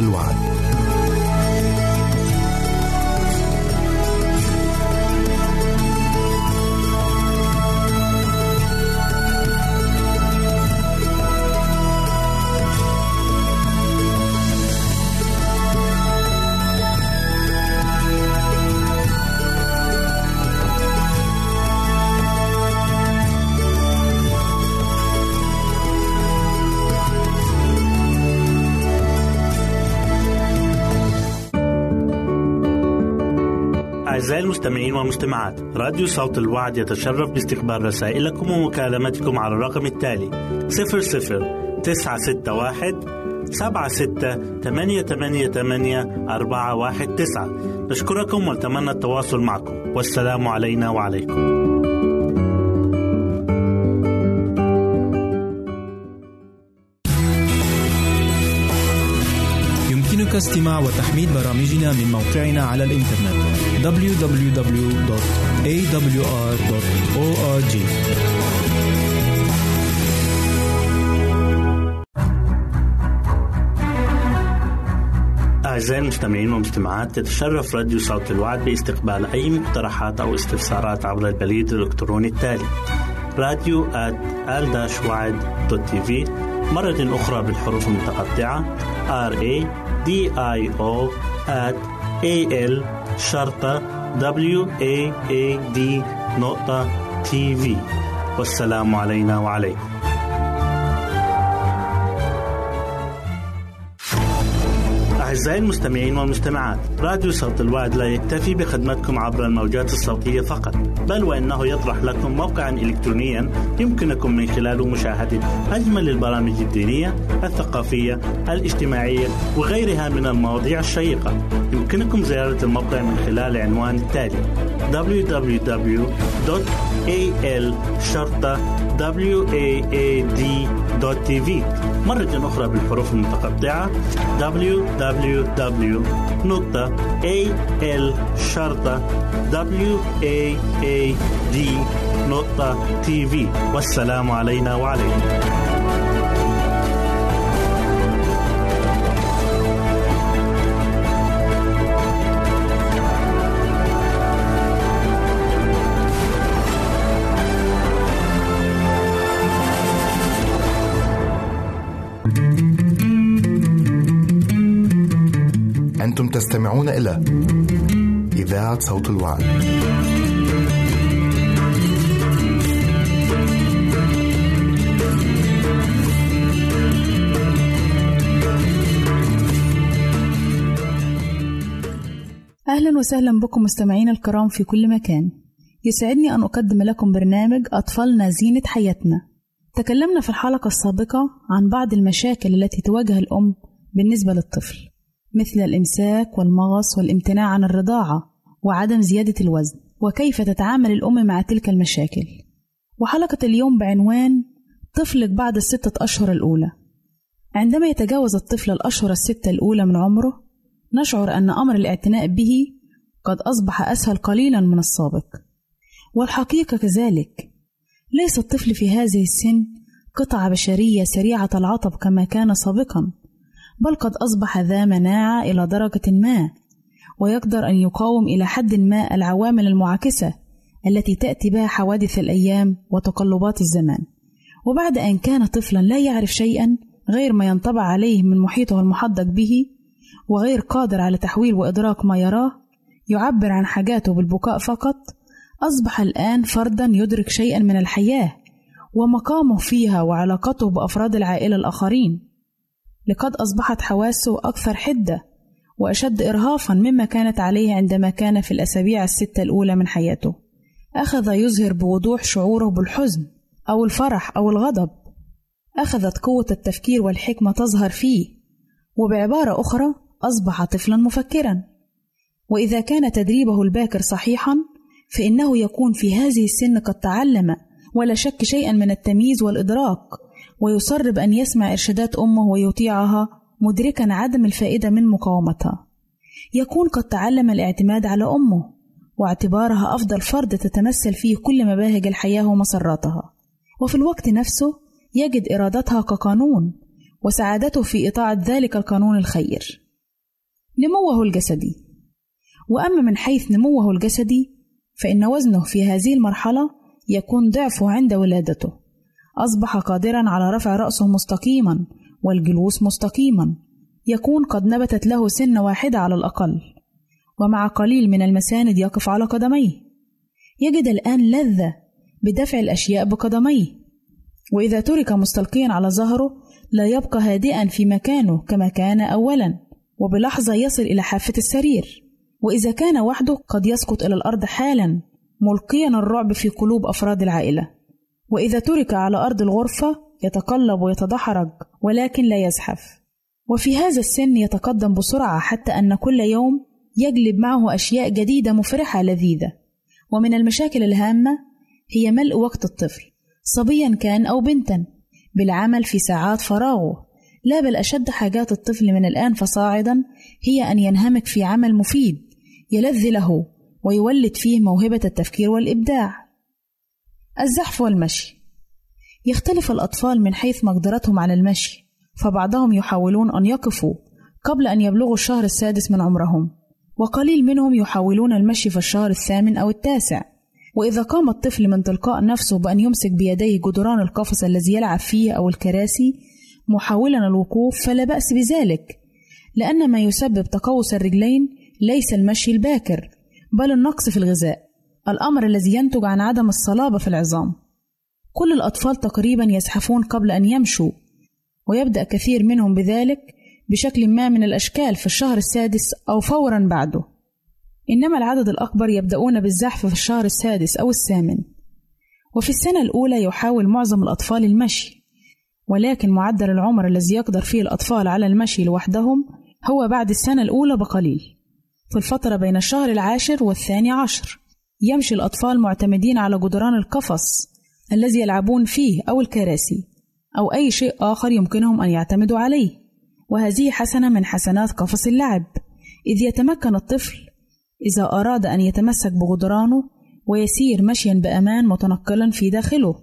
الوعد. أعزائي المستمعين والمستمعات، راديو صوت الوعد يتشرف باستقبال رسائلكم ومكالمتكم على الرقم التالي 00-961-76-88-419. نشكركم ونتمنى التواصل معكم، والسلام علينا وعليكم. يمكنك استماع وتحميل برامجنا من موقعنا على الإنترنت www.awr.org. أعزائي المستمعين والمستمعات، تتشرف راديو صوت الوعد باستقبال أي مقترحات أو استفسارات عبر البريد الإلكتروني التالي radio@al-wad.tv، مرة أخرى بالحروف المتقطعة radio@al-wad.tv. والسلام علينا وعليكم. أعزائي المستمعين والمستمعات، راديو صوت الوعد لا يكتفي بخدمتكم عبر الموجات الصوتية فقط، بل وإنه يطرح لكم موقعا إلكترونيا يمكنكم من خلاله مشاهدة أجمل البرامج الدينية، الثقافية، الاجتماعية وغيرها من المواضيع الشيقة. يمكنكم زيارة الموقع من خلال عنوان التالي www.al-wad.tv، مرة أخرى بالحروف المتقطعة www.al-wad.tv. والسلام علينا وعليكم. أنتم تستمعون إلى إذاعة صوت الوعد. أهلا وسهلا بكم مستمعين الكرام في كل مكان. يسعدني أن أقدم لكم برنامج أطفالنا زينة حياتنا. تكلمنا في الحلقة السابقة عن بعض المشاكل التي تواجه الأم بالنسبة للطفل، مثل الإمساك والمغص والامتناع عن الرضاعة وعدم زيادة الوزن، وكيف تتعامل الأم مع تلك المشاكل. وحلقة اليوم بعنوان طفلك بعد 6 أشهر الأولى. عندما يتجاوز الطفل الأشهر 6 الأولى من عمره، نشعر أن أمر الاعتناء به قد أصبح أسهل قليلا من السابق، والحقيقة كذلك. ليس الطفل في هذه السن قطعة بشرية سريعة العطب كما كان سابقا، بل قد أصبح ذا مناعة إلى درجة ما، ويقدر أن يقاوم إلى حد ما العوامل المعاكسة التي تأتي بها حوادث الأيام وتقلبات الزمان. وبعد أن كان طفلا لا يعرف شيئا غير ما ينطبع عليه من محيطه المحدق به، وغير قادر على تحويل وإدراك ما يراه، يعبر عن حاجاته بالبكاء فقط، أصبح الآن فردا يدرك شيئا من الحياة ومقامه فيها وعلاقته بأفراد العائلة الآخرين. لقد أصبحت حواسه أكثر حدة وأشد إرهافا مما كانت عليه عندما كان في الأسابيع 6 الأولى من حياته. أخذ يظهر بوضوح شعوره بالحزن أو الفرح أو الغضب. أخذت قوة التفكير والحكمة تظهر فيه، وبعبارة أخرى أصبح طفلا مفكرا. وإذا كان تدريبه الباكر صحيحا، فإنه يكون في هذه السن قد تعلم ولا شك شيئا من التمييز والإدراك، ويصر بأن يسمع إرشادات أمه ويطيعها، مدركا عدم الفائدة من مقاومتها. يكون قد تعلم الاعتماد على أمه واعتبارها أفضل فرد تتمثل فيه كل مباهج الحياة ومسراتها، وفي الوقت نفسه يجد إرادتها كقانون وسعادته في إطاعة ذلك القانون الخير. نموه الجسدي. وأما من حيث نموه الجسدي فإن وزنه في هذه المرحلة يكون ضعفه عند ولادته، أصبح قادرا على رفع رأسه مستقيما والجلوس مستقيما، يكون قد نبتت له سنة واحدة على الأقل، ومع قليل من المساند يقف على قدميه، يجد الآن لذة بدفع الأشياء بقدميه، وإذا ترك مستلقيا على ظهره لا يبقى هادئا في مكانه كما كان أولا، وبلحظة يصل إلى حافة السرير، وإذا كان وحده قد يسقط إلى الأرض حالا ملقيا الرعب في قلوب أفراد العائلة، وإذا ترك على أرض الغرفة يتقلب ويتدحرج ولكن لا يزحف، وفي هذا السن يتقدم بسرعة حتى أن كل يوم يجلب معه أشياء جديدة مفرحة لذيذة. ومن المشاكل الهامة هي ملء وقت الطفل صبيا كان أو بنتا بالعمل في ساعات فراغه، لا بل أشد حاجات الطفل من الآن فصاعدا هي أن ينهمك في عمل مفيد يلذ له ويولد فيه موهبة التفكير والإبداع. الزحف والمشي. يختلف الأطفال من حيث مقدرتهم على المشي، فبعضهم يحاولون أن يقفوا قبل أن يبلغوا الشهر السادس من عمرهم، وقليل منهم يحاولون المشي في الشهر الثامن أو التاسع. وإذا قام الطفل من تلقاء نفسه بأن يمسك بيديه جدران القفص الذي يلعب فيه أو الكراسي محاولا الوقوف فلا بأس بذلك، لأن ما يسبب تقوس الرجلين ليس المشي الباكر بل النقص في الغذاء، الأمر الذي ينتج عن عدم الصلابة في العظام. كل الأطفال تقريبا يزحفون قبل أن يمشوا، ويبدأ كثير منهم بذلك بشكل ما من الأشكال في الشهر السادس أو فورا بعده، إنما العدد الأكبر يبدأون بالزحف في الشهر السادس أو الثامن. وفي السنة الأولى يحاول معظم الأطفال المشي، ولكن معدل العمر الذي يقدر فيه الأطفال على المشي لوحدهم هو بعد السنة الأولى بقليل، في الفترة بين الشهر 10 و12 يمشي الأطفال معتمدين على جدران القفص الذي يلعبون فيه أو الكراسي أو أي شيء آخر يمكنهم أن يعتمدوا عليه، وهذه حسنة من حسنات قفص اللعب، إذ يتمكن الطفل إذا أراد أن يتمسك بجدرانه ويسير مشيا بأمان متنقلا في داخله،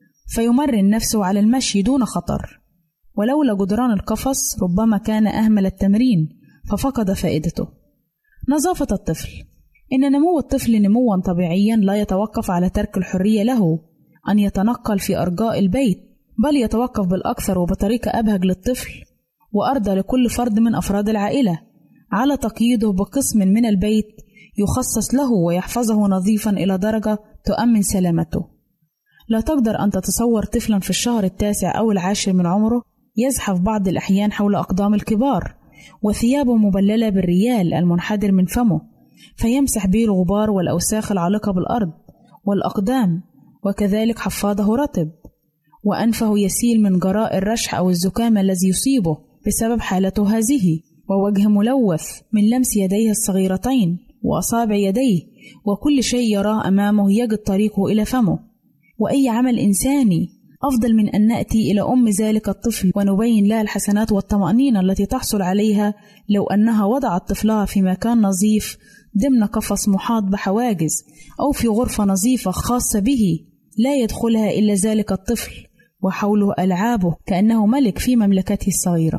فيمرن نفسه على المشي دون خطر. ولولا جدران القفص ربما كان أهمل التمرين ففقد فائدته. نظافة الطفل. إن نمو الطفل نموا طبيعيا لا يتوقف على ترك الحرية له أن يتنقل في أرجاء البيت، بل يتوقف بالأكثر وبطريقة أبهج للطفل وأرضى لكل فرد من أفراد العائلة على تقييده بقسم من البيت يخصص له ويحفظه نظيفا إلى درجة تؤمن سلامته. لا تقدر أن تتصور طفلا في الشهر 9 أو 10 من عمره يزحف بعض الأحيان حول أقدام الكبار وثيابه مبللة بالريال المنحدر من فمه، فيمسح به الغبار والأوساخ العالقة بالأرض والأقدام، وكذلك حفاضه رطب، وأنفه يسيل من جراء الرشح أو الزكام الذي يصيبه بسبب حالته هذه، ووجه ملوث من لمس يديه الصغيرتين وأصابع يديه، وكل شيء يراه أمامه يجد طريقه إلى فمه. وأي عمل إنساني أفضل من أن نأتي إلى أم ذلك الطفل ونبين لها الحسنات والطمأنينة التي تحصل عليها لو أنها وضعت طفلها في مكان نظيف ضمن قفص محاط بحواجز أو في غرفة نظيفة خاصة به لا يدخلها إلا ذلك الطفل وحوله ألعابه كأنه ملك في مملكته الصغيرة.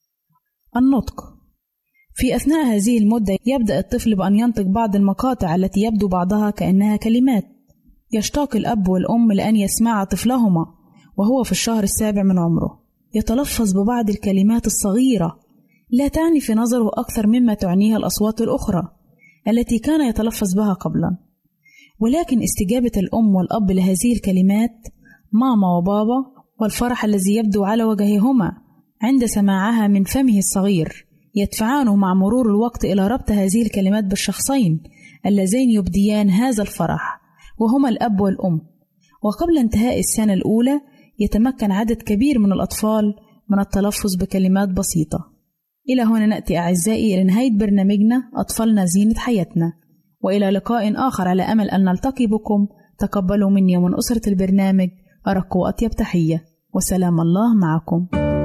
النطق. في أثناء هذه المدة يبدأ الطفل بأن ينطق بعض المقاطع التي يبدو بعضها كأنها كلمات. يشتاق الأب والأم لأن يسمع طفلهما وهو في الشهر 7 من عمره يتلفظ ببعض الكلمات الصغيرة لا تعني في نظره أكثر مما تعنيها الأصوات الأخرى التي كان يتلفظ بها قبلا، ولكن استجابة الأم والأب لهذه الكلمات ماما وبابا والفرح الذي يبدو على وجههما عند سماعها من فمه الصغير يدفعانه مع مرور الوقت إلى ربط هذه الكلمات بالشخصين اللذين يبديان هذا الفرح وهما الأب والأم. وقبل انتهاء السنة الأولى يتمكن عدد كبير من الأطفال من التلفظ بكلمات بسيطة. إلى هنا نأتي أعزائي إلى نهاية برنامجنا أطفالنا زينة حياتنا، وإلى لقاء آخر على أمل أن نلتقي بكم. تقبلوا مني ومن أسرة البرنامج أرق وأطيب تحية، وسلام الله معكم.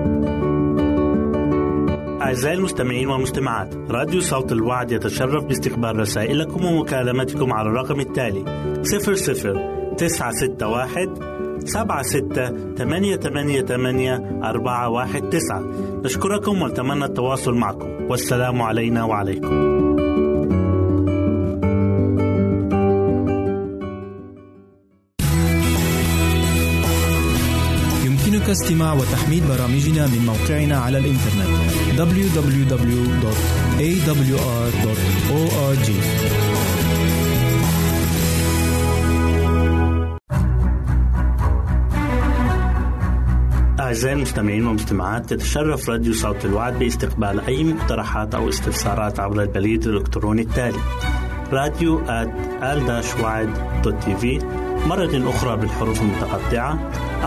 أعزائي المستمعين والمستمعات، راديو صوت الوعد يتشرف باستقبال رسائلكم ومكالمتكم على الرقم التالي 00 961 76-888-419. نشكركم ونتمنى التواصل معكم، والسلام علينا وعليكم. يمكنك استماع وتحميل برامجنا من موقعنا على الإنترنت www.awr.org. أعزائي المستمعين والمستمعات، تتشرف راديو صوت الوعد باستقبال أي مقترحات أو استفسارات عبر البريد الإلكتروني التالي radio@al-wad.tv، مرة أخرى بالحروف المتقطعة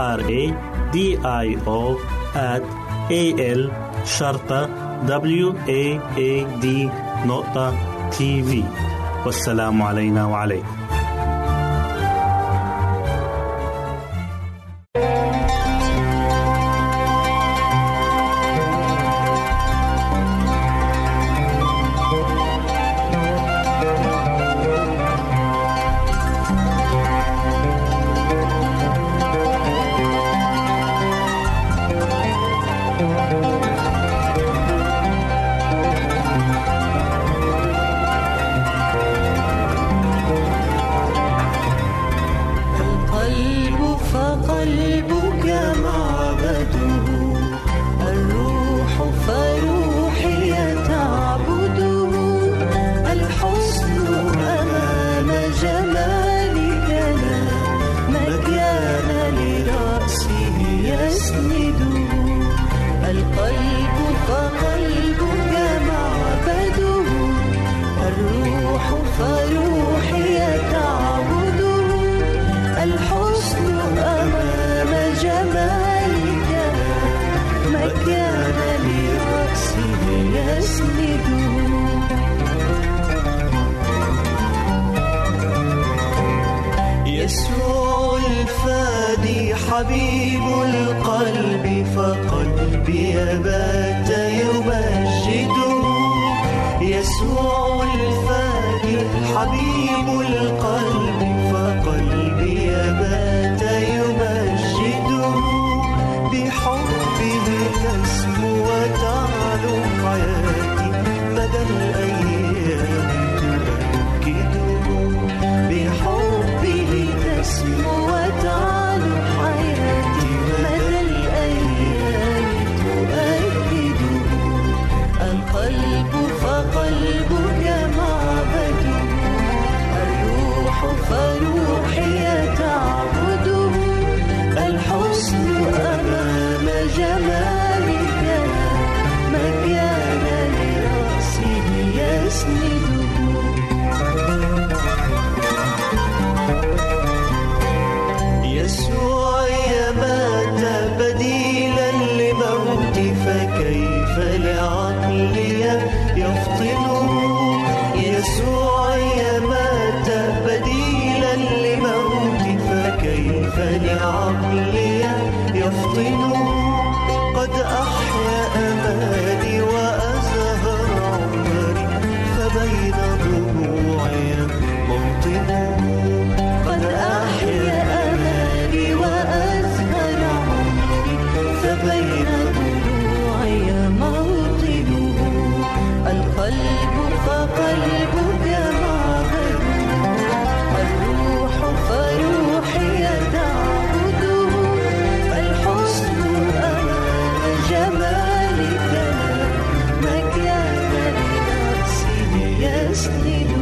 radio@al-wad.tv. والسلام علينا وعليكم. يسوع الفادي حبيب القلب، فقلبي بات يمجده. يسوع الفادي حبيب القلب، فقلبي بات يمجده. بحبه تسمو وتعلو حياتي، مدى الأيام تؤكده. بحبه تسمو وتعلو حياتي، مدى الأيام تؤكده. القلب فقلبك معبده، الروح فروحي تعبده. الحسن أمام جمالك، مكان لرأسه يسنده. يسوع مات بديلا لموتي، فكيف لعقلي يفطنه. يسوع مات بديلا لموتي، فكيف لعقلي يفطنه. قد أحيا أمالي وأزهر عمري، فبين ضلوعي موطنه. قد أحيا أمالي وأزهر عمري، فبين ضلوعي موطنه. القلب فقلبك معبده، الروح فروحي تعبده. الحسن أمام جمالك، مكان لرأسه يسنده.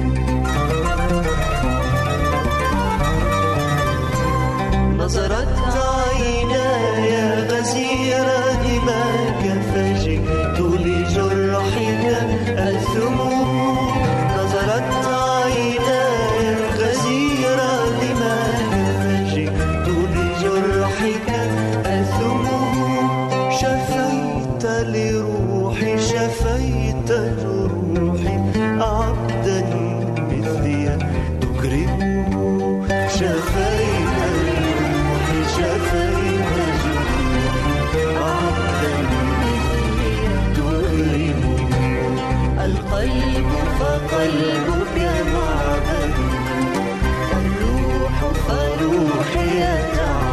نظرت عيناي غزيرة دماك، فجئت لجرحك الثموم. نظرت عيناي غزيرة دماك، فجئت لجرحك الثموم. شفيت لروحي، شفيت جروحي، عبدا مثلي تكرمه. شفيت لروحي، شفيت جروحي، عبدا مثلي تكرمه. القلب فقلبك معبده، الروح فروحي تعبده.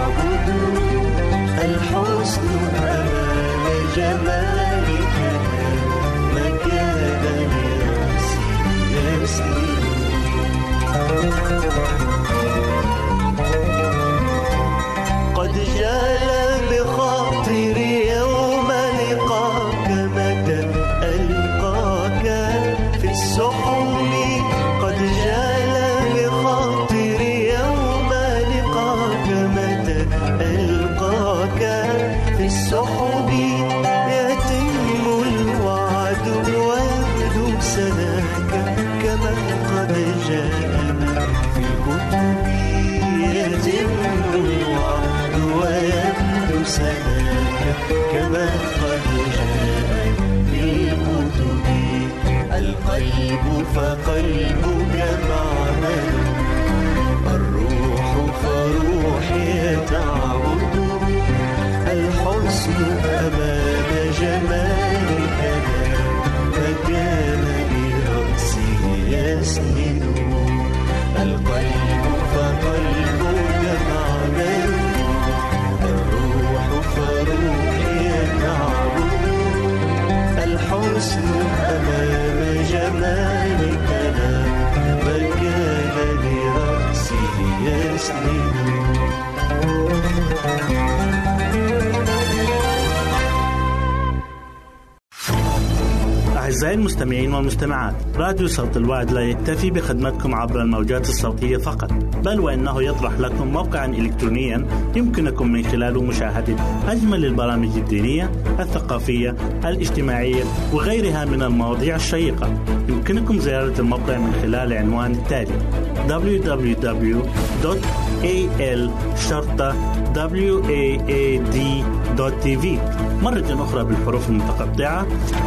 ما قد جاء في الكتب. القلب فقلبك معمل، الروح فروحي تعبد. الحسن أمام جمالك فكان برأسه يسند. القلب فقلبك معمل، الروح فروحي تعبد. الحسن أمام جمالك فكان برأسه يسند. أعزائي المستمعين والمستمعات، راديو صوت الوعد لا يكتفي بخدمتكم عبر الموجات الصوتية فقط، بل وإنه يطرح لكم موقعا إلكترونيا يمكنكم من خلاله مشاهدة أجمل البرامج الدينية، الثقافية، الاجتماعية وغيرها من المواضيع الشيقة. يمكنكم زيارة الموقع من خلال العنوان التالي: www.al-waad.tv. مرة أخرى بالحروف المتقطعة: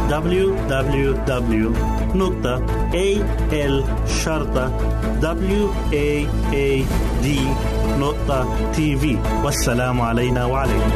www.al-waad.tv. والسلام علينا وعليكم.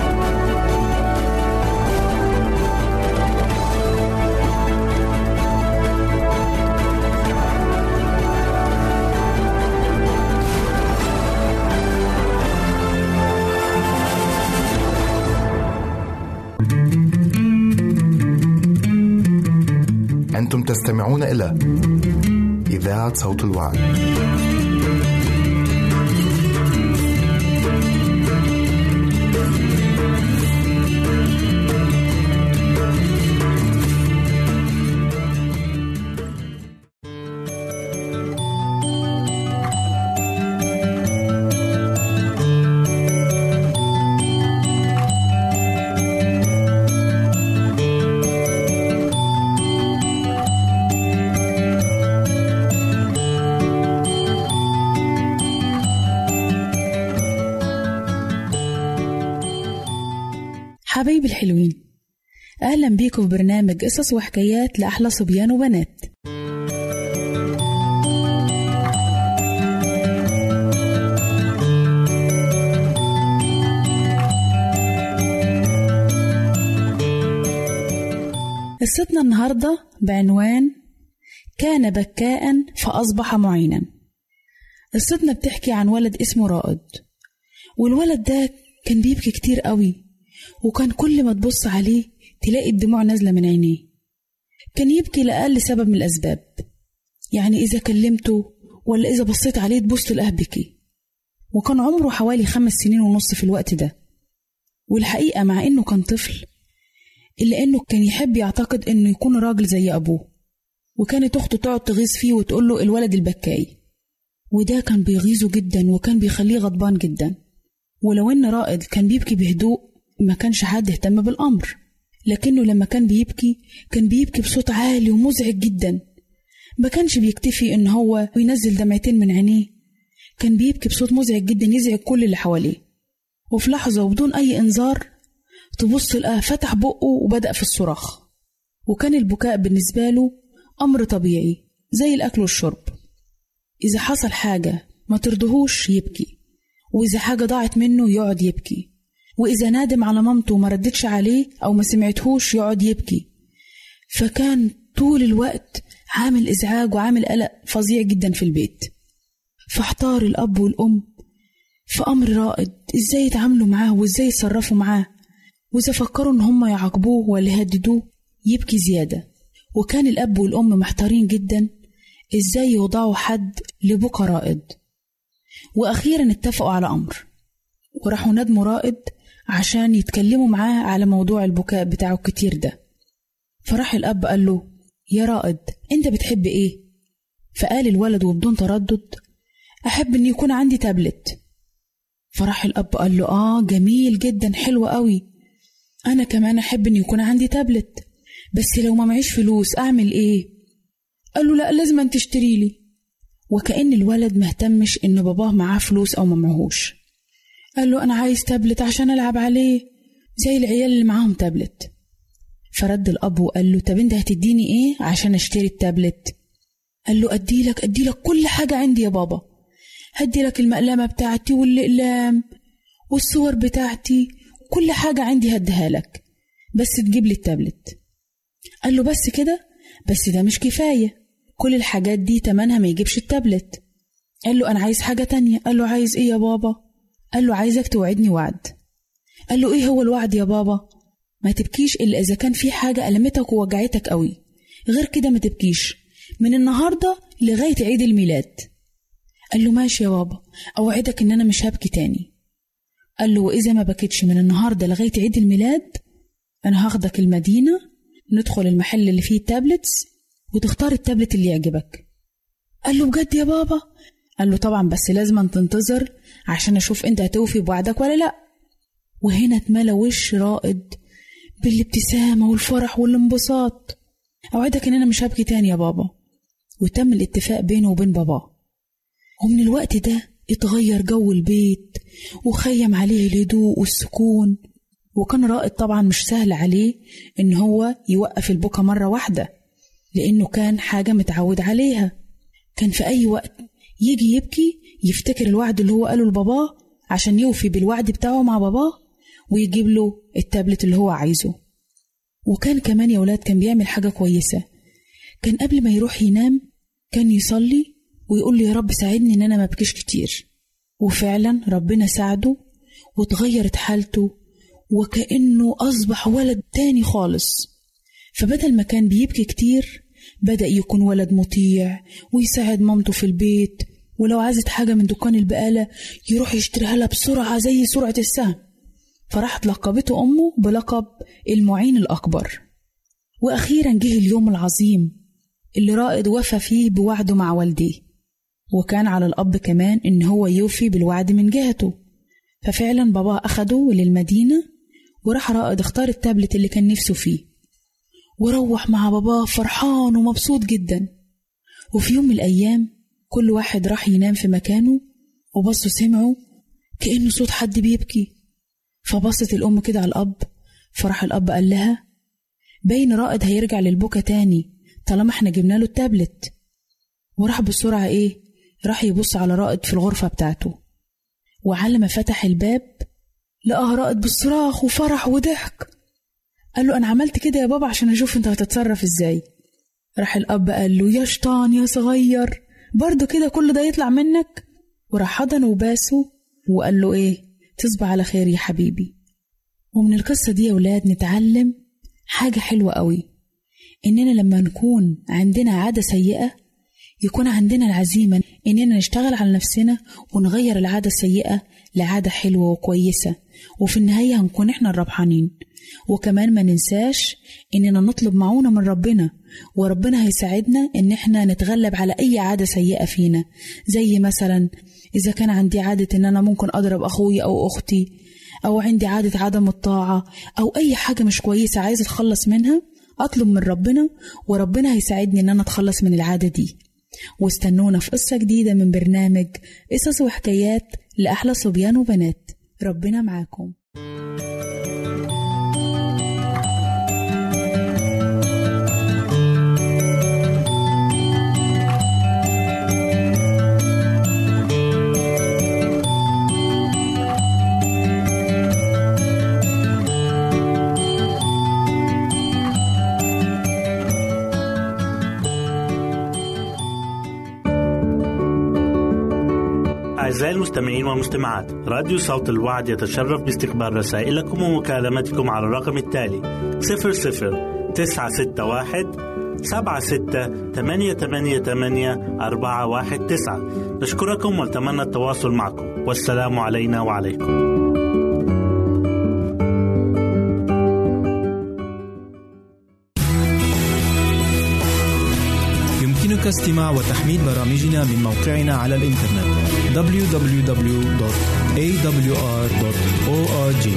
أنتم تستمعون إلى إذاعة صوت الوعد. حبايبي الحلوين، أهلا بيكم في برنامج قصص وحكايات لأحلى صبيان وبنات. قصتنا النهاردة بعنوان كان بكاء فأصبح معينا. قصتنا بتحكي عن ولد اسمه رائد، والولد ده كان بيبكي كتير قوي، وكان كل ما تبص عليه تلاقي الدموع نازلة من عينيه. كان يبكي لأقل سبب من الأسباب، يعني إذا كلمته ولا إذا بصيت عليه تبص تلاقيه بكي. وكان عمره حوالي 5 سنين ونص في الوقت ده. والحقيقة مع إنه كان طفل، إلا إنه كان يحب يعتقد إنه يكون راجل زي أبوه. وكانت أخته تقعد تغيظ فيه وتقوله الولد البكاي، وده كان بيغيظه جدا وكان بيخليه غضبان جدا. ولو إن رائد كان بيبكي بهدوء ما كانش حد اهتم بالأمر، لكنه لما كان بيبكي بصوت عالي ومزعج جدا. ما كانش بيكتفي إن هو ينزل دمعتين من عينيه، كان بيبكي بصوت مزعج جدا يزعج كل اللي حواليه. وفي لحظة وبدون أي إنذار تبص لقاه فتح بقه وبدأ في الصراخ. وكان البكاء بالنسبة له أمر طبيعي زي الأكل والشرب. إذا حصل حاجة ما ترضهوش يبكي، وإذا حاجة ضاعت منه يقعد يبكي، وإذا نادم على مامته وما ردتش عليه أو ما سمعتهوش يقعد يبكي. فكان طول الوقت عامل إزعاج وعامل قلق فظيع جدا في البيت. فاحتار الأب والأم في أمر رائد، إزاي يتعاملوا معاه وإزاي يتصرفوا معاه. وإذا فكروا إن هم يعاقبوه ولا يهددوه يبكي زيادة. وكان الأب والأم محتارين جدا إزاي يوضعوا حد لبكى رائد. وأخيرا اتفقوا على أمر، وراحوا ندموا رائد عشان يتكلموا معاه على موضوع البكاء بتاعه الكتير ده. فراح الأب قال له يا رائد أنت بتحب إيه؟ فقال الولد وبدون تردد أحب أن يكون عندي تابلت. فراح الأب قال له جميل جدا، حلو قوي، أنا كمان أحب أن يكون عندي تابلت، بس لو ما معيش فلوس أعمل إيه؟ قال له لا لازم أن تشتري لي. وكأن الولد مهتمش إن باباه معاه فلوس أو ما معهوش. قال له أنا عايز تابلت عشان ألعب عليه، زي العيال اللي معاهم تابلت. فرد الأب وقال له طب انت هتديني ايه عشان اشتري التابلت؟ قال له أديلك كل حاجة عندي يا بابا، هديلك المقلمة بتاعتي والأقلام والصور بتاعتي، كل حاجة عندي هديها لك، بس تجيب لي التابلت. قال له بس كده؟ بس ده مش كفاية، كل الحاجات دي تمنها ما يجيبش التابلت. قال له أنا عايز حاجة تانية. قال له عايز إيه يا بابا؟ قال له عايزك توعدني وعد. قال له إيه هو الوعد يا بابا؟ ما تبكيش إلا إذا كان في حاجة ألمتك ووجعتك قوي، غير كده ما تبكيش من النهاردة لغاية عيد الميلاد. قال له ماشي يا بابا، أوعدك إن أنا مش هبكي تاني. قال له وإذا ما بكيتش من النهاردة لغاية عيد الميلاد أنا هاخدك المدينة، ندخل المحل اللي فيه التابلتس وتختار التابلت اللي يعجبك. قال له بجد يا بابا؟ قال له طبعا، بس لازم تنتظر عشان أشوف أنت هتوفي بوعدك ولا لأ. وهنا اتملى وش رائد بالابتسامة والفرح والانبساط. أوعدك إن أنا مش هبكي تاني يا بابا. وتم الاتفاق بينه وبين باباه. ومن الوقت ده اتغير جو البيت وخيم عليه الهدوء والسكون. وكان رائد طبعا مش سهل عليه إن هو يوقف البكا مرة واحدة، لأنه كان حاجة متعود عليها. كان في أي وقت يجي يبكي يفتكر الوعد اللي هو قاله لباباه عشان يوفي بالوعد بتاعه مع باباه ويجيب له التابلت اللي هو عايزه. وكان كمان يا ولاد كان بيعمل حاجة كويسة. كان قبل ما يروح ينام كان يصلي ويقول لي يا رب ساعدني إن أنا ما بكيش كتير. وفعلا ربنا ساعده وتغيرت حالته وكأنه أصبح ولد تاني خالص. فبدل ما كان بيبكي كتير بدأ يكون ولد مطيع ويساعد مامته في البيت، ولو عايزت حاجة من دكان البقالة يروح يشتريها لها بسرعة زي سرعة السهم. فراحت لقبته أمه بلقب المعين الأكبر. وأخيرا جه اليوم العظيم اللي رائد وفى فيه بوعده مع والديه، وكان على الأب كمان إن هو يوفي بالوعد من جهته. ففعلا باباه أخده للمدينة وراح رائد اختار التابلت اللي كان نفسه فيه، وروح مع باباه فرحان ومبسوط جدا. وفي يوم من الأيام كل واحد راح ينام في مكانه وبصوا سمعوا كأنه صوت حد بيبكي. فبصت الأم كده على الأب، فراح الأب قال لها باين رائد هيرجع للبكا تاني طالما احنا جبنا له التابلت. وراح بسرعة راح يبص على رائد في الغرفة بتاعته، وعلى ما فتح الباب لقاه رائد بالصراخ وفرح وضحك. قال له أنا عملت كده يا بابا عشان أشوف أنت هتتصرف إزاي. راح الأب قال له يا شيطان يا صغير، برضو كده كل ده يطلع منك؟ وراح حضنه وباسه وقال له تصبح على خير يا حبيبي. ومن القصة دي يا ولاد نتعلم حاجة حلوة قوي، إننا لما نكون عندنا عادة سيئة يكون عندنا العزيمة إننا نشتغل على نفسنا ونغير العادة السيئة لعادة حلوة وكويسة، وفي النهاية هنكون إحنا الربحانين. وكمان ما ننساش إننا نطلب معونة من ربنا، وربنا هيساعدنا إن إحنا نتغلب على أي عادة سيئة فينا. زي مثلا إذا كان عندي عادة إن أنا ممكن أضرب أخوي أو أختي، أو عندي عادة عدم الطاعة، أو أي حاجة مش كويسة عايز أتخلص منها، أطلب من ربنا وربنا هيساعدني إن أنا أتخلص من العادة دي. واستنونا في قصة جديدة من برنامج قصص وحكايات لأحلى صبيان وبنات. ربنا معاكم. أعزائي المستمعين والمستمعات، راديو صوت الوعد يتشرف باستقبال رسائلكم ومكالمتكم على الرقم التالي 00961 76888419. نشكركم ونتمنى التواصل معكم، والسلام علينا وعليكم. يمكنك استماع وتحميل برامجنا من موقعنا على الإنترنت www.awr.org.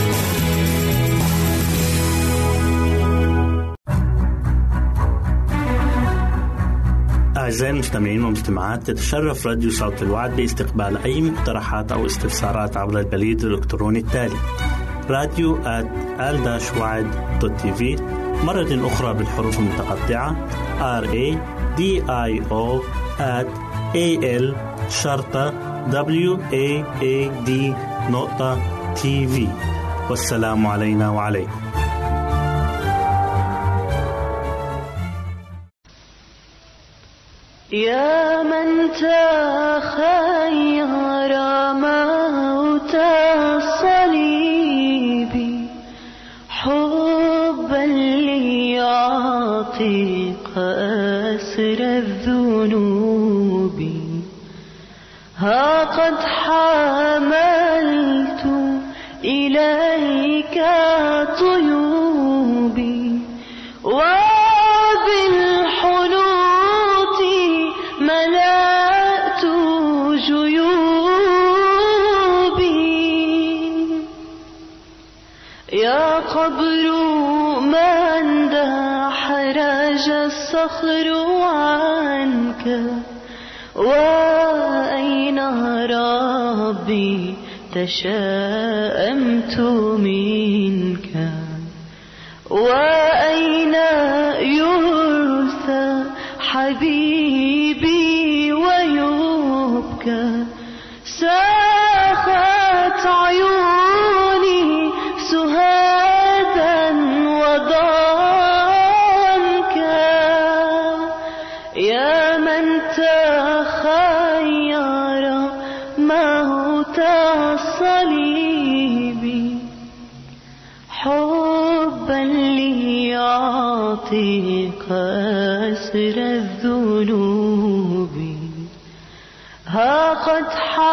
أعزائي المستمعين والمستمعات، تتشرف راديو صوت الوعد باستقبال أي مقترحات أو استفسارات عبر البريد الإلكتروني التالي radio@al-wad.tv. مرة أخرى بالحروف المتقطعة radio@al-wad.tv. والسلام علينا وعليكم. يا من تخير موت الصليب حبا ليعتق أسر الذنوب، ها قد حملت إليك طيوبي وبالحنوط ملأت جيوبي. يا قبر من دحرج الصخر عنك، وأين ربي تشاءمت منك، وأين يرثى حبيبي ويبكى. ساخت عيوني سهادا وضنكا، يا من تخير موت الصليب حبا ليعتق أسر الذنوب، ها قد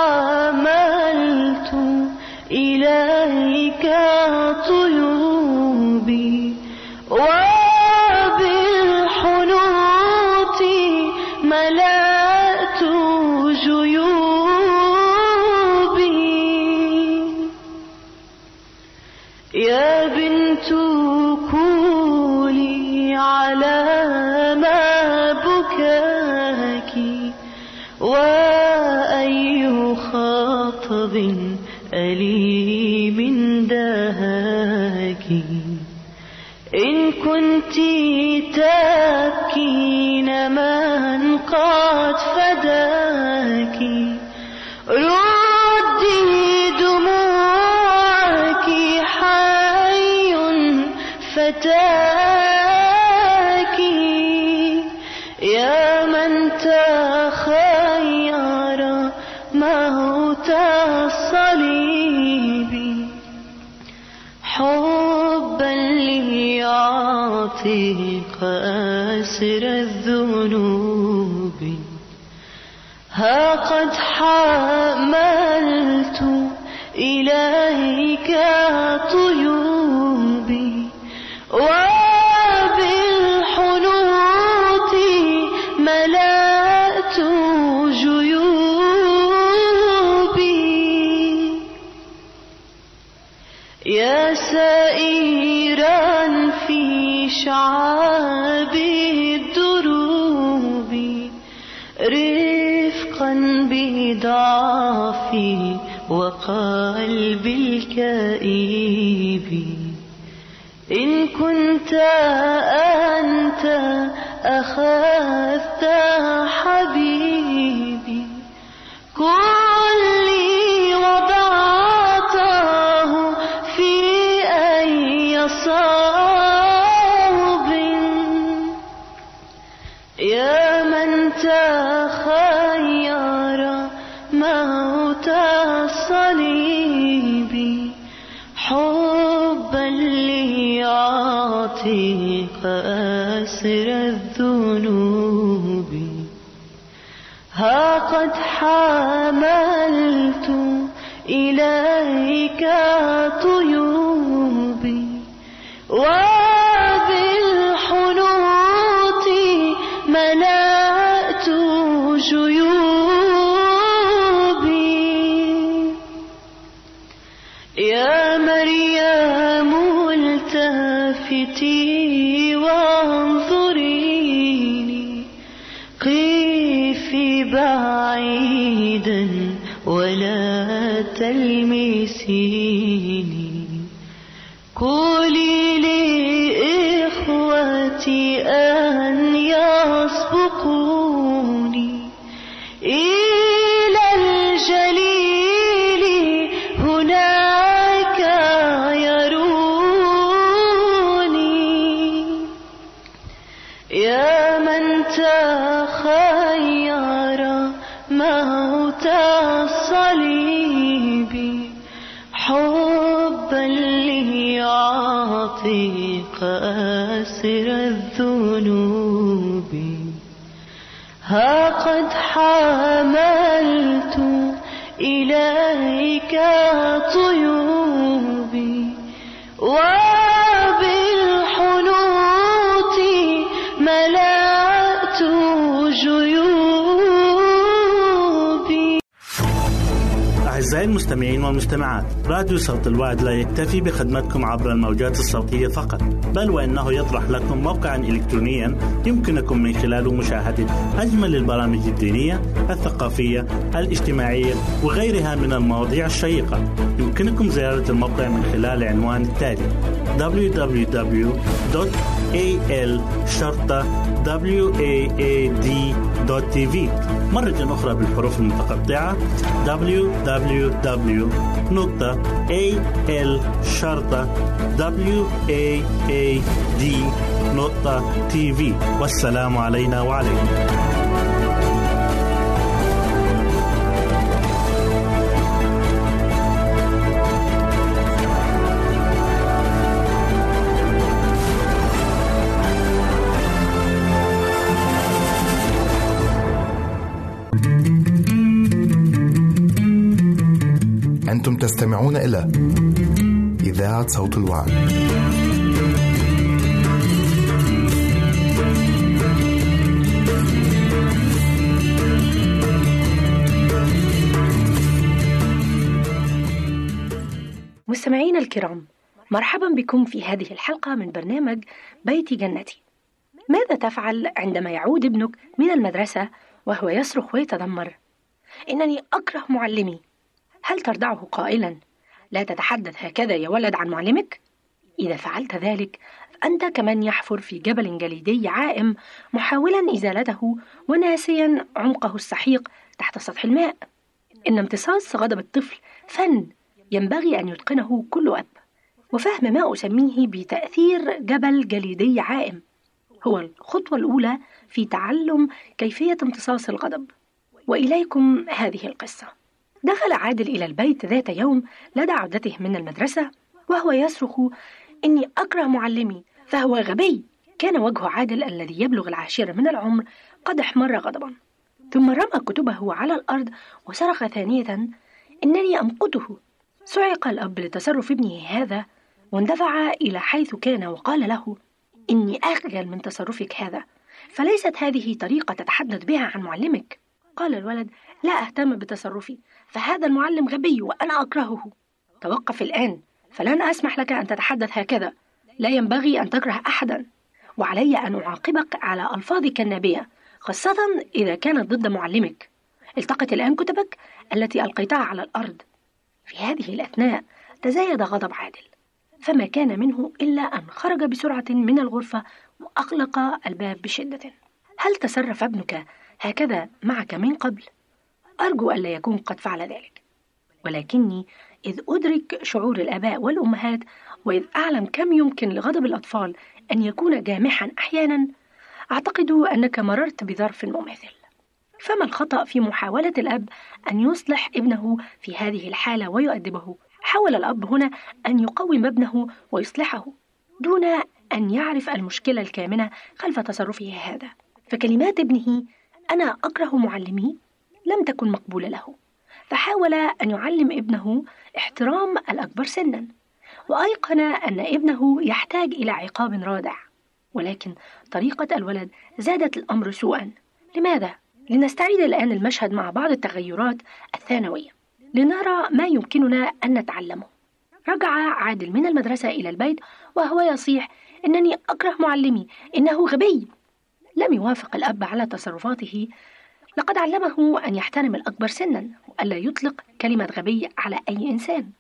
حملت إليك طيوبي وبالحنوط ملأت جيوبي. يا بنت كولي على ما بكاك، وأي خطب أليم دهاك. إن كنت تبكين من قد فداك، ردي دموعك حي فتاك. يا من تخير موت الصليب حبا ليعتق أسر الذنوب، ها قد حملت إليك طيوبي وبالحنوط ملأت جيوبي. يا سائرا في شعاب الدروب، رفقا بضعفي وقلبي الكئيب. إن كنت أنت أخذت حبيبي كلي وضعته في أي صوب. يا من تخير موت الصليب حبا ليعتق أسر الذنوب، ها قد حملت إليك طيوبي وبالحنوط ملأت جيوبي. يا مريم التفتي وانظريني، قفي بعيدا ولا تلمسيني. قولي لإخوتي أن يسبقوني إلى الجليل هناك يروني يا من تخير موت الصليب حبا ليعطيك أسر الذنوب ها قد حملت إليك طيوبي وبالحنوط ملأت جيوبي. أعزائي المستمعين والمستمعات، راديو صوت الوعد لا يكتفي بخدمتكم عبر الموجات الصوتية فقط، بل وإنه يطرح لكم موقعا إلكترونيا يمكنكم من خلاله مشاهدة أجمل البرامج الدينية، الثقافية، الاجتماعية وغيرها من المواضيع الشيقة. يمكنكم زيارة الموقع من خلال العنوان التالي: www.al-waad.tv. مرة أخرى بالحروف المتقطعة: www.al-waad.tv. والسلام علينا وعليكم. أنتم تستمعون إلى إذاعة صوت الوعد. مستمعين الكرام، مرحبا بكم في هذه الحلقة من برنامج بيت جنتي. ماذا تفعل عندما يعود ابنك من المدرسة وهو يصرخ ويتذمر: إنني أكره معلمي؟ هل تردعه قائلا: لا تتحدث هكذا يا ولد عن معلمك؟ إذا فعلت ذلك فأنت كمن يحفر في جبل جليدي عائم محاولا إزالته وناسيا عمقه السحيق تحت سطح الماء. إن امتصاص غضب الطفل فن ينبغي أن يتقنه كل أب، وفهم ما أسميه بتأثير جبل جليدي عائم هو الخطوة الأولى في تعلم كيفية امتصاص الغضب. وإليكم هذه القصة. دخل عادل إلى البيت ذات يوم لدى عودته من المدرسة وهو يصرخ: إني أكره معلمي فهو غبي. كان وجه عادل الذي يبلغ 10 من العمر قد احمر غضبا، ثم رمى كتبه على الأرض وصرخ ثانية: إنني أمقته. صعق الأب لتصرف ابنه هذا واندفع إلى حيث كان وقال له: إني أخجل من تصرفك هذا، فليست هذه طريقة تتحدث بها عن معلمك. قال الولد: لا أهتم بتصرفي، فهذا المعلم غبي وأنا أكرهه. توقف الآن، فلن أسمح لك أن تتحدث هكذا. لا ينبغي أن تكره أحدا، وعلي أن أعاقبك على ألفاظك النابية، خاصة إذا كانت ضد معلمك. التقط الآن كتبك التي ألقيتها على الأرض. في هذه الأثناء تزايد غضب عادل، فما كان منه إلا أن خرج بسرعة من الغرفة وأغلق الباب بشدة. هل تصرف ابنك هكذا معك من قبل؟ أرجو ألا يكون قد فعل ذلك، ولكني إذ أدرك شعور الآباء والأمهات، وإذ أعلم كم يمكن لغضب الأطفال أن يكون جامحا أحيانا، أعتقد أنك مررت بظرف مماثل. فما الخطأ في محاولة الأب أن يصلح ابنه في هذه الحالة ويؤدبه؟ حاول الأب هنا أن يقوم ابنه ويصلحه دون أن يعرف المشكلة الكامنة خلف تصرفه هذا. فكلمات ابنه أنا أكره معلمي لم تكن مقبولة له، فحاول أن يعلم ابنه احترام الأكبر سنا، وأيقن أن ابنه يحتاج إلى عقاب رادع. ولكن طريقة الولد زادت الأمر سوءا. لماذا؟ لنستعيد الآن المشهد مع بعض التغيرات الثانوية لنرى ما يمكننا أن نتعلمه. رجع عادل من المدرسة إلى البيت وهو يصيح: إنني أكره معلمي، إنه غبي. لم يوافق الأب على تصرفاته، لقد علمه أن يحترم الأكبر سنا وألا يطلق كلمة غبي على أي إنسان.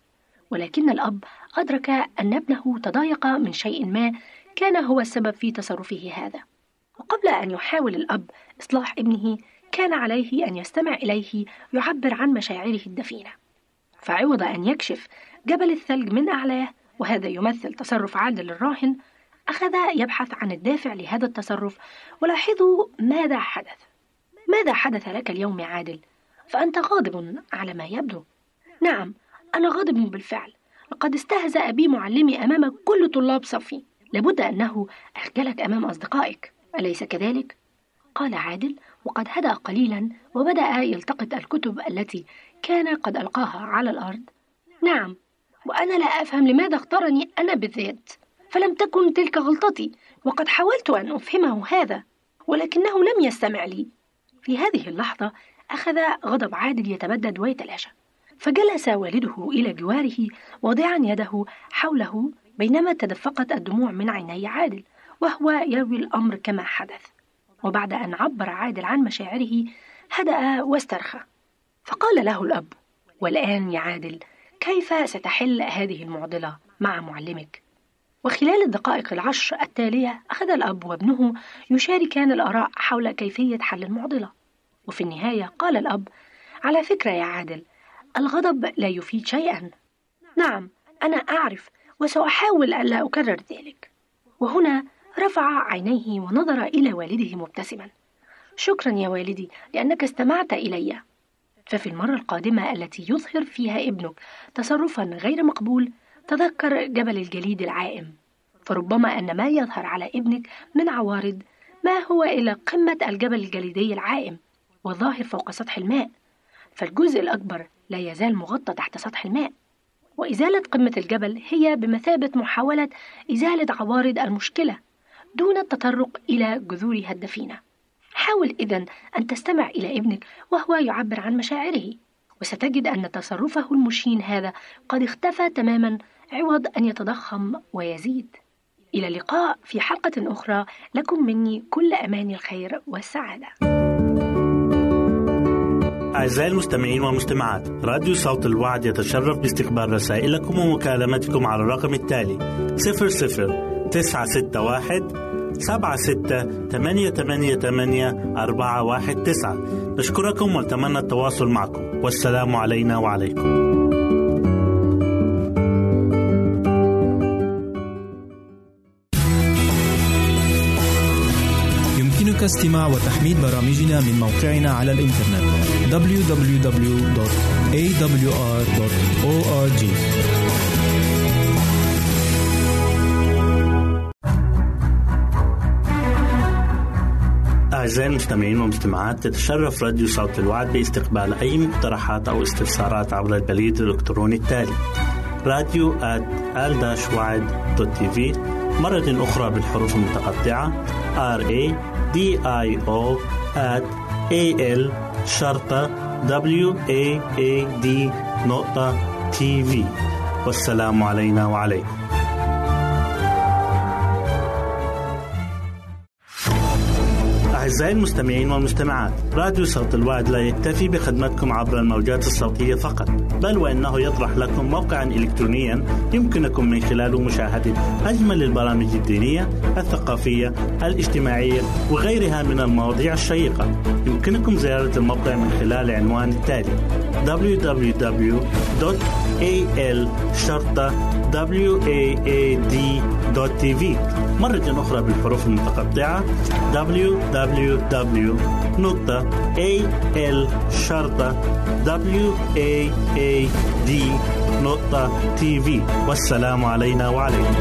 ولكن الأب أدرك أن ابنه تضايق من شيء ما كان هو السبب في تصرفه هذا. وقبل أن يحاول الأب إصلاح ابنه كان عليه أن يستمع إليه يعبر عن مشاعره الدفينة. فعوض أن يكشف جبل الثلج من أعلاه، وهذا يمثل تصرف عادل الراهن، أخذ يبحث عن الدافع لهذا التصرف. ولاحظوا ماذا حدث. ماذا حدث لك اليوم يا عادل؟ فأنت غاضب على ما يبدو. نعم، أنا غاضب بالفعل. لقد استهزأ بي معلمي أمام كل طلاب صفي. لابد أنه أخجلك أمام أصدقائك، أليس كذلك؟ قال عادل وقد هدأ قليلا وبدأ يلتقط الكتب التي كان قد ألقاها على الأرض. نعم، وأنا لا أفهم لماذا اختارني أنا بالذات، فلم تكن تلك غلطتي، وقد حاولت أن أفهمه هذا ولكنه لم يستمع لي. في هذه اللحظة أخذ غضب عادل يتبدد ويتلاشى، فجلس والده إلى جواره واضعا يده حوله بينما تدفقت الدموع من عيني عادل وهو يروي الأمر كما حدث. وبعد أن عبر عادل عن مشاعره هدأ واسترخى، فقال له الأب: والآن يا عادل، كيف ستحل هذه المعضلة مع معلمك؟ وخلال الدقائق 10 التالية أخذ الأب وابنه يشاركان الآراء حول كيفية حل المعضلة. وفي النهاية قال الأب: على فكرة يا عادل، الغضب لا يفيد شيئا. نعم، أنا أعرف وسأحاول ألا أكرر ذلك. وهنا رفع عينيه ونظر إلى والده مبتسما. شكرا يا والدي لأنك استمعت إلي. ففي المرة القادمة التي يظهر فيها ابنك تصرفا غير مقبول، تذكر جبل الجليد العائم، فربما أن ما يظهر على ابنك من عوارض ما هو إلا قمة الجبل الجليدي العائم والظاهر فوق سطح الماء، فالجزء الأكبر لا يزال مغطى تحت سطح الماء. وإزالة قمة الجبل هي بمثابة محاولة إزالة عوارض المشكلة دون التطرق إلى جذورها الدفينة. حاول إذن أن تستمع إلى ابنك وهو يعبر عن مشاعره، وستجد أن تصرفه المشين هذا قد اختفى تماما عوض أن يتضخم ويزيد. إلى اللقاء في حلقة أخرى، لكم مني كل أماني الخير والسعادة. أعزائي المستمعين والمستمعات، راديو صوت الوعد يتشرف باستقبال رسائلكم ومكالمتكم على الرقم التالي 00-961-76-88-419. نشكركم ونتمنى التواصل معكم، والسلام علينا وعليكم. يمكنك استماع وتحميل برامجنا من موقعنا على الإنترنت www.awr.org. أعزائي المستمعين والمستمعات، تتشرف راديو صوت الوعد باستقبال أي مقترحات أو استفسارات عبر البريد الإلكتروني التالي radio@al-wad.tv، مرة أخرى بالحروف المتقطعة radio@al-wad.tv. والسلام علينا وعليكم. أعزائي المستمعين والمستمعات، راديو صوت الوعد لا يكتفي بخدمتكم عبر الموجات الصوتية فقط، بل وإنه يطرح لكم موقعا إلكترونيا يمكنكم من خلاله مشاهدة أجمل البرامج الدينية، الثقافية، الاجتماعية وغيرها من المواضيع الشيقة. يمكنكم زيارة الموقع من خلال عنوان التالي www.al-wad.tv، مرة أخرى بالحروف المتقطعة www.al-wad.tv. والسلام علينا وعليكم.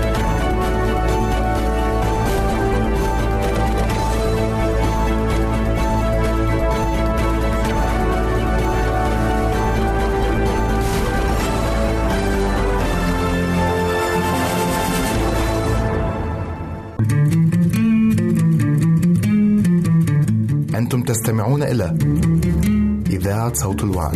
أنتم تستمعون إلى إذاعة صوت الوعد.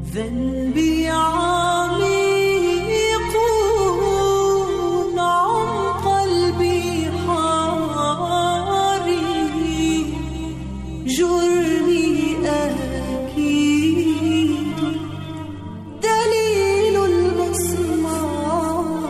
ذنبي عميق عمق البحار، جرمي أكيد دليل المسمار.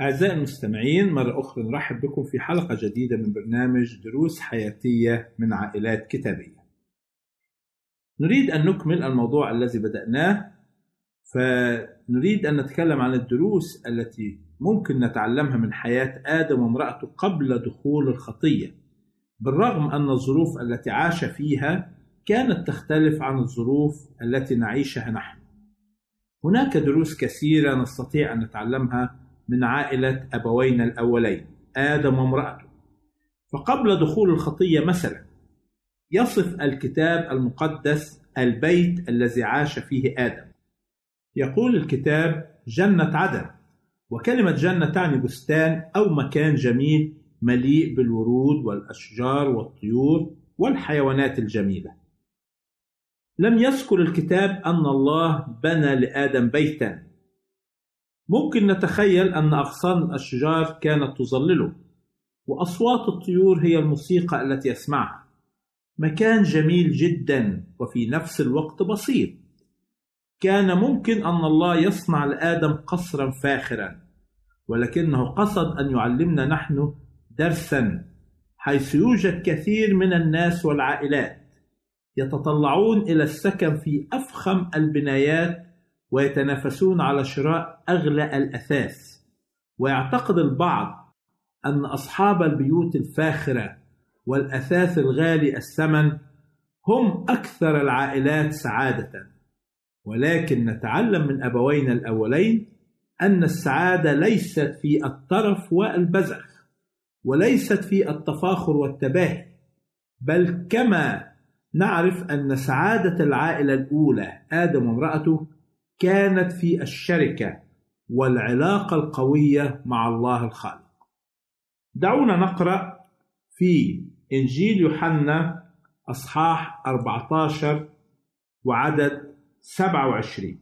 أعزائي المستمعين، مرة أخرى نرحب بكم في حلقة جديدة من برنامج دروس حياتية من عائلات كتابية. نريد أن نكمل الموضوع الذي بدأناه، فنريد أن نتكلم عن الدروس التي ممكن نتعلمها من حياة آدم وامرأته قبل دخول الخطية، بالرغم أن الظروف التي عاش فيها كانت تختلف عن الظروف التي نعيشها نحن. هناك دروس كثيرة نستطيع أن نتعلمها من عائلة أبوينا الأولين آدم وامرأته. فقبل دخول الخطية مثلا يصف الكتاب المقدس البيت الذي عاش فيه آدم. يقول الكتاب جنة عدن، وكلمة جنة تعني بستان أو مكان جميل مليء بالورود والأشجار والطيور والحيوانات الجميلة. لم يذكر الكتاب أن الله بنى لآدم بيتا. ممكن نتخيل أن أغصان الأشجار كانت تظلله، وأصوات الطيور هي الموسيقى التي يسمعها. مكان جميل جدا وفي نفس الوقت بسيط. كان ممكن أن الله يصنع لآدم قصرا فاخرا، ولكنه قصد أن يعلمنا نحن درسا، حيث يوجد كثير من الناس والعائلات يتطلعون إلى السكن في أفخم البنايات ويتنافسون على شراء أغلى الأثاث. ويعتقد البعض أن أصحاب البيوت الفاخرة والأثاث الغالي الثمن هم أكثر العائلات سعادة. ولكن نتعلم من أبوينا الأولين أن السعادة ليست في الترف والبذخ، وليست في التفاخر والتباهي، بل كما نعرف أن سعادة العائلة الأولى آدم وامرأته كانت في الشركة والعلاقة القوية مع الله الخالق. دعونا نقرأ في إنجيل يوحنا أصحاح 14 وعدد 27.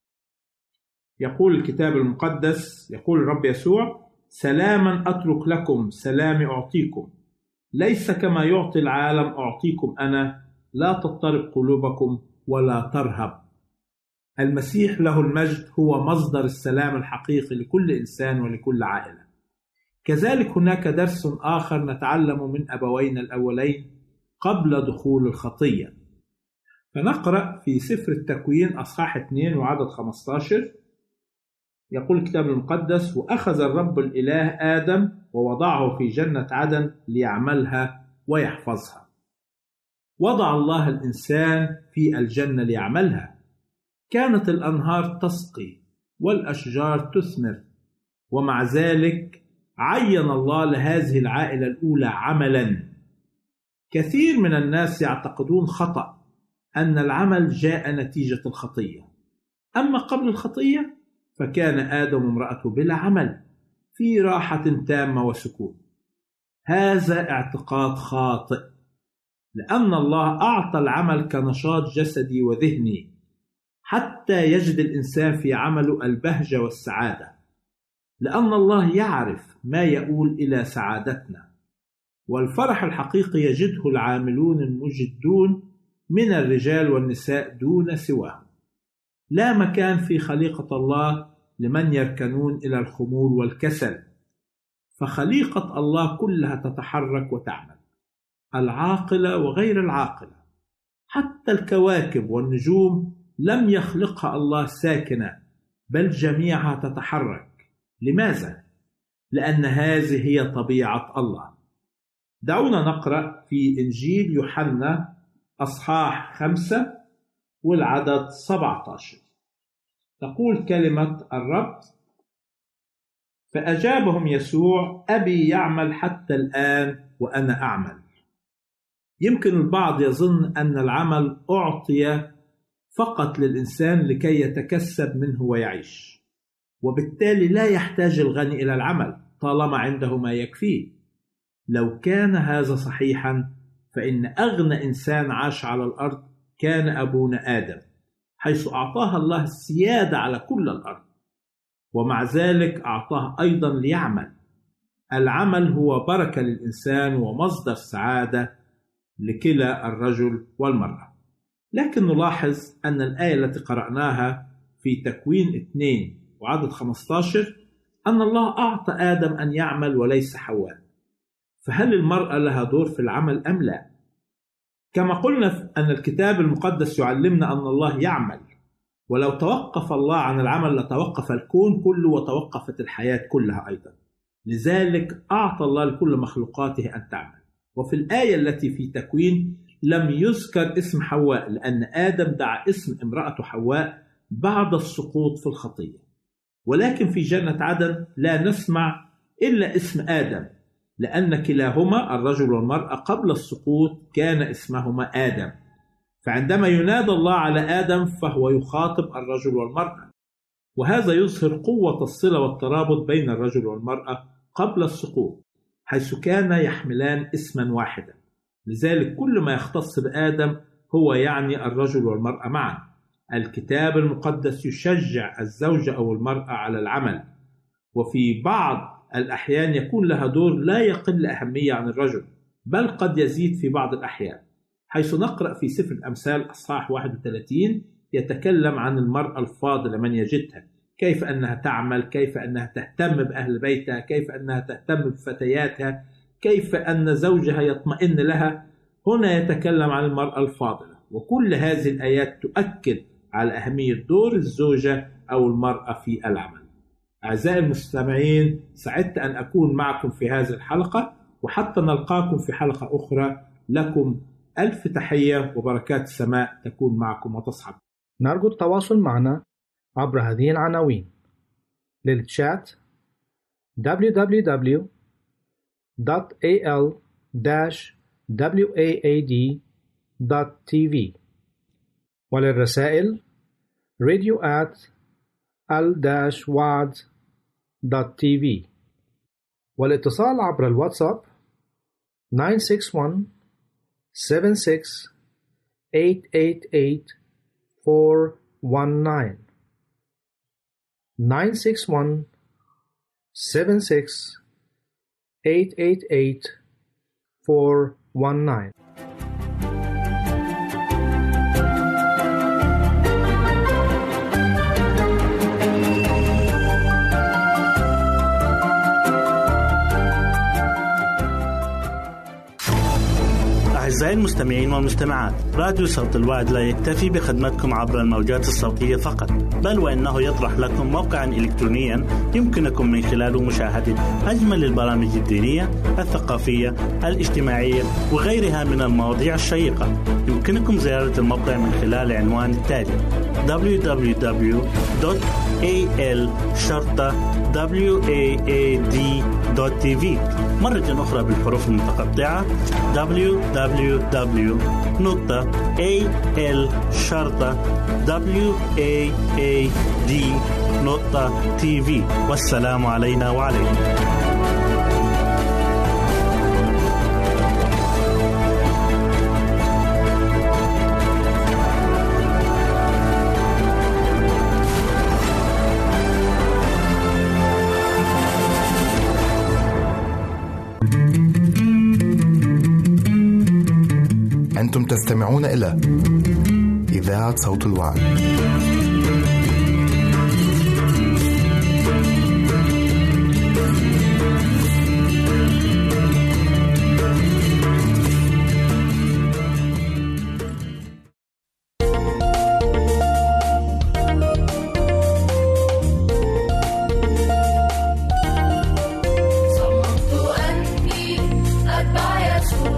يقول الكتاب المقدس، يقول الرب يسوع: سلاما أترك لكم، سلامي أعطيكم، ليس كما يعطي العالم أعطيكم أنا، لا تضطرب قلوبكم ولا ترهب. المسيح له المجد هو مصدر السلام الحقيقي لكل إنسان ولكل عائلة. كذلك هناك درس آخر نتعلم من أبوينا الأولين قبل دخول الخطية. فنقرأ في سفر التكوين أصحاح 2 وعدد 15. يقول الكتاب المقدس: وأخذ الرب الإله آدم ووضعه في جنة عدن ليعملها ويحفظها. وضع الله الإنسان في الجنة ليعملها. كانت الأنهار تسقي والأشجار تثمر، ومع ذلك عين الله لهذه العائلة الأولى عملا. كثير من الناس يعتقدون خطأ أن العمل جاء نتيجة الخطية، أما قبل الخطية فكان آدم وامرأته بلا عمل في راحة تامة وسكون. هذا اعتقاد خاطئ، لأن الله أعطى العمل كنشاط جسدي وذهني حتى يجد الإنسان في عمله البهجة والسعادة، لأن الله يعرف ما يؤول إلى سعادتنا. والفرح الحقيقي يجده العاملون المجدون من الرجال والنساء دون سواهم. لا مكان في خليقة الله لمن يركنون إلى الخمول والكسل، فخليقة الله كلها تتحرك وتعمل، العاقلة وغير العاقلة. حتى الكواكب والنجوم لم يخلقها الله ساكنة، بل جميعها تتحرك. لماذا؟ لأن هذه هي طبيعة الله. دعونا نقرأ في إنجيل يوحنا أصحاح 5 والعدد 17. تقول كلمة الرب: فأجابهم يسوع: أبي يعمل حتى الآن وأنا أعمل. يمكن البعض يظن أن العمل أعطي فقط للإنسان لكي يتكسب منه ويعيش، وبالتالي لا يحتاج الغني إلى العمل طالما عنده ما يكفيه. لو كان هذا صحيحا فإن أغنى إنسان عاش على الأرض كان أبونا آدم، حيث أعطاها الله السيادة على كل الأرض، ومع ذلك أعطاه أيضا ليعمل. العمل هو بركة للإنسان ومصدر سعادة لكلا الرجل والمرأة. لكن نلاحظ أن الآية التي قرأناها في تكوين 2 وعدد 15 أن الله أعطى آدم أن يعمل وليس حواء، فهل المرأة لها دور في العمل أم لا؟ كما قلنا أن الكتاب المقدس يعلمنا أن الله يعمل، ولو توقف الله عن العمل لتوقف الكون كله وتوقفت الحياة كلها أيضا. لذلك أعطى الله لكل مخلوقاته أن تعمل. وفي الآية التي في تكوين لم يذكر اسم حواء، لأن آدم دعا اسم امرأته حواء بعد السقوط في الخطية. ولكن في جنة عدن لا نسمع إلا اسم آدم، لأن كلاهما الرجل والمرأة قبل السقوط كان اسمهما آدم. فعندما ينادى الله على آدم فهو يخاطب الرجل والمرأة، وهذا يظهر قوة الصلة والترابط بين الرجل والمرأة قبل السقوط، حيث كان يحملان اسما واحدا. لذلك كل ما يختص بآدم هو يعني الرجل والمرأة معا. الكتاب المقدس يشجع الزوجة أو المرأة على العمل، وفي بعض الأحيان يكون لها دور لا يقل أهمية عن الرجل، بل قد يزيد في بعض الأحيان، حيث نقرأ في سفر الأمثال أصحاح 31 يتكلم عن المرأة الفاضلة من يجدها، كيف أنها تعمل، كيف أنها تهتم بأهل بيتها، كيف أنها تهتم بفتياتها، كيف أن زوجها يطمئن لها. هنا يتكلم عن المرأة الفاضلة، وكل هذه الآيات تؤكد على أهمية دور الزوجة أو المرأة في العمل. أعزائي المستمعين، سعدت أن أكون معكم في هذه الحلقة، وحتى نلقاكم في حلقة أخرى لكم ألف تحية وبركات السماء تكون معكم وتصحب. نرجو التواصل معنا عبر هذه العناوين: للتشات www.al-waad.tv، وللرسائل radio@al-waad.tv، والاتصال عبر الواتساب 961-76-888-419 961-76-888-419. أعزائي المستمعين والمستمعات، راديو صوت الوعد لا يكتفي بخدمتكم عبر الموجات الصوتية فقط، بل وإنه يطرح لكم موقعا إلكترونيا يمكنكم من خلاله مشاهدة أجمل البرامج الدينية، الثقافية، الاجتماعية وغيرها من المواضيع الشيقة. يمكنكم زيارة الموقع من خلال العنوان التالي: www.al-waad.tv. مرة أخرى بالحروف المتقطعة: www.al-waad.tv. والسلام علينا وعليكم. أنتم تستمعون إلى إذاعة صوت الوعد.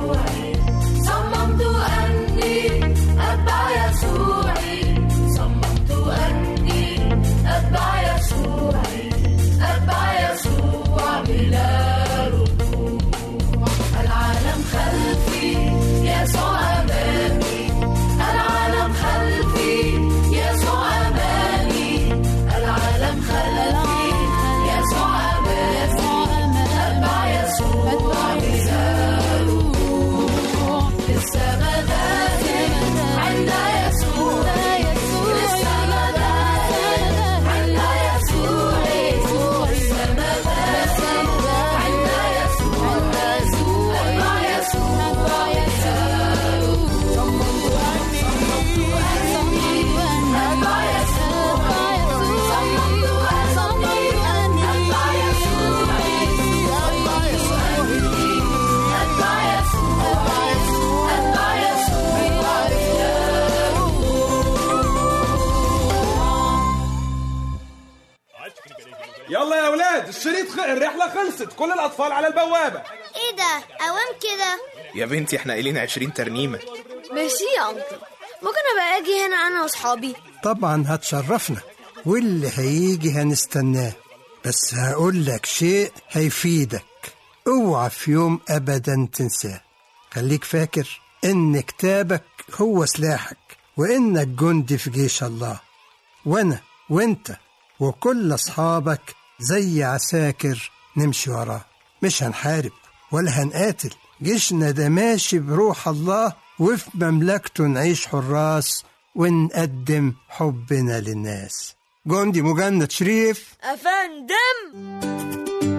صممت أني أتبع يسوعي، صممت الرحلة خلصت، كل الأطفال على البوابة. ايه ده اوام كده يا بنتي احنا قايلين 20 ترنيمة. ماشي يا أنكل، ممكن أبقى أجي هنا أنا وأصحابي؟ طبعا هتشرفنا، واللي هيجي هنستناه. بس هقول لك شيء هيفيدك، اوعى في يوم أبدا تنساه. خليك فاكر إن كتابك هو سلاحك، وإنك جندي في جيش الله، وأنا وإنت وكل أصحابك زي عساكر نمشي وراه. مش هنحارب ولا هنقاتل، جيشنا ده ماشي بروح الله، وفي مملكته نعيش حراس ونقدم حبنا للناس. جندي مجند شريف. أفندم.